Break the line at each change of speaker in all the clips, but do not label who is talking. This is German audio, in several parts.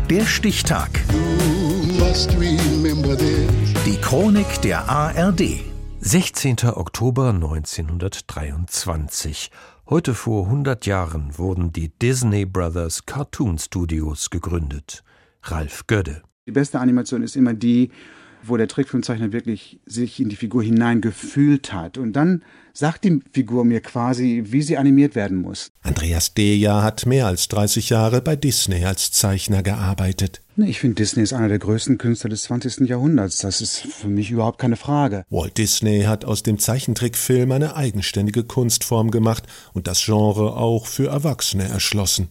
Der Stichtag. Die Chronik der ARD.
16. Oktober 1923. Heute vor 100 Jahren wurden die Disney Brothers Cartoon Studios gegründet. Ralf Gödde.
Die beste Animation ist immer die, wo der Trickfilmzeichner wirklich sich in die Figur hineingefühlt hat. Und dann sagt die Figur mir quasi, wie sie animiert werden muss.
Andreas Deja hat mehr als 30 Jahre bei Disney als Zeichner gearbeitet.
Ich finde, Disney ist einer der größten Künstler des 20. Jahrhunderts. Das ist für mich überhaupt keine Frage.
Walt Disney hat aus dem Zeichentrickfilm eine eigenständige Kunstform gemacht und das Genre auch für Erwachsene erschlossen.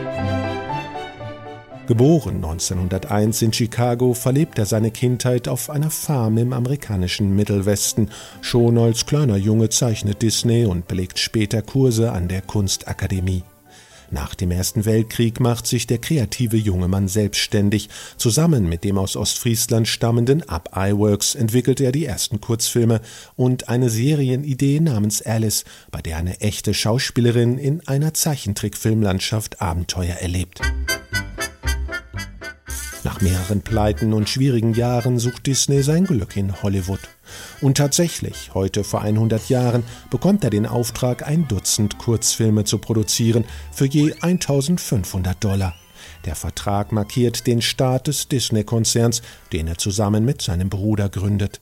Geboren 1901 in Chicago, verlebt er seine Kindheit auf einer Farm im amerikanischen Mittelwesten. Schon als kleiner Junge zeichnet Disney und belegt später Kurse an der Kunstakademie. Nach dem Ersten Weltkrieg macht sich der kreative junge Mann selbstständig. Zusammen mit dem aus Ostfriesland stammenden Up Iwerks entwickelt er die ersten Kurzfilme und eine Serienidee namens Alice, bei der eine echte Schauspielerin in einer Zeichentrickfilmlandschaft Abenteuer erlebt. Nach mehreren Pleiten und schwierigen Jahren sucht Disney sein Glück in Hollywood. Und tatsächlich, heute vor 100 Jahren, bekommt er den Auftrag, 1 Dutzend Kurzfilme zu produzieren für je $1.500. Der Vertrag markiert den Start des Disney-Konzerns, den er zusammen mit seinem Bruder gründet.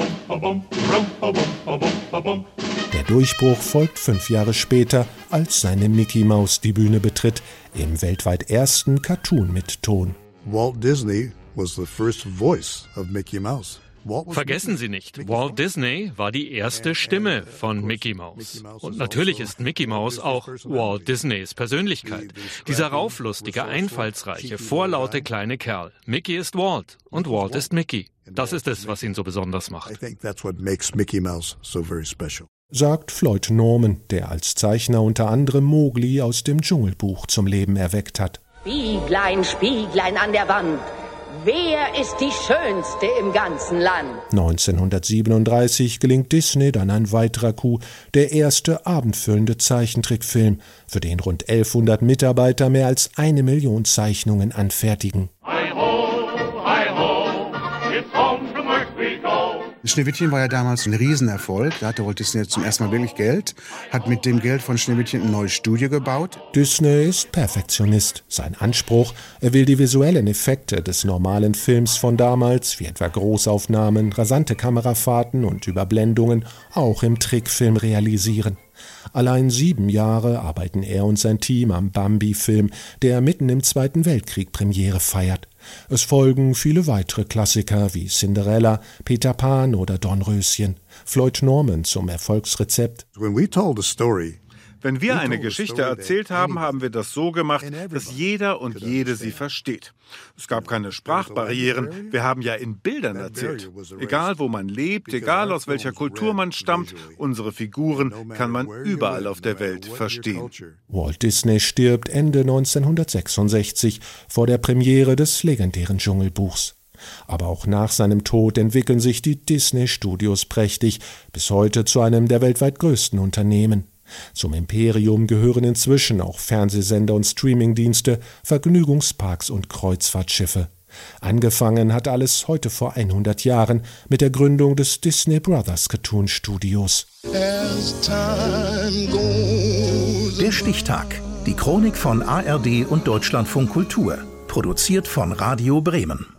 Der Durchbruch folgt 5 Jahre später, als seine Mickey Mouse die Bühne betritt, im weltweit ersten Cartoon mit Ton.
Walt Disney was the first voice of Mickey Mouse.
Vergessen Sie nicht, Walt Disney war die erste Stimme von Mickey Mouse. Und natürlich ist Mickey Mouse auch Walt Disneys Persönlichkeit. Dieser rauflustige, einfallsreiche, vorlaute kleine Kerl. Mickey ist Walt und Walt ist Mickey. Das ist es, was ihn so besonders macht.
Sagt Floyd Norman, der als Zeichner unter anderem Mowgli aus dem Dschungelbuch zum Leben erweckt hat.
Spieglein, Spieglein an der Wand, wer ist die Schönste im ganzen Land?
1937 gelingt Disney dann ein weiterer Coup, der erste abendfüllende Zeichentrickfilm, für den rund 1100 Mitarbeiter mehr als 1 Million Zeichnungen anfertigen.
Schneewittchen war ja damals ein Riesenerfolg. Da hatte Walt Disney zum ersten Mal wirklich Geld, hat mit dem Geld von Schneewittchen ein neues Studio gebaut.
Disney ist Perfektionist. Sein Anspruch, er will die visuellen Effekte des normalen Films von damals, wie etwa Großaufnahmen, rasante Kamerafahrten und Überblendungen, auch im Trickfilm realisieren. Allein 7 Jahre arbeiten er und sein Team am Bambi-Film, der mitten im Zweiten Weltkrieg Premiere feiert. Es folgen viele weitere Klassiker wie Cinderella, Peter Pan oder Dornröschen. Floyd Norman zum Erfolgsrezept.
Wenn wir eine Geschichte erzählt haben, haben wir das so gemacht, dass jeder und jede sie versteht. Es gab keine Sprachbarrieren, wir haben ja in Bildern erzählt. Egal wo man lebt, egal aus welcher Kultur man stammt, unsere Figuren kann man überall auf der Welt verstehen.
Walt Disney stirbt Ende 1966 vor der Premiere des legendären Dschungelbuchs. Aber auch nach seinem Tod entwickeln sich die Disney-Studios prächtig, bis heute zu einem der weltweit größten Unternehmen. Zum Imperium gehören inzwischen auch Fernsehsender und Streamingdienste, Vergnügungsparks und Kreuzfahrtschiffe. Angefangen hat alles heute vor 100 Jahren mit der Gründung des Disney Brothers Cartoon Studios.
Der Stichtag. Die Chronik von ARD und Deutschlandfunk Kultur. Produziert von Radio Bremen.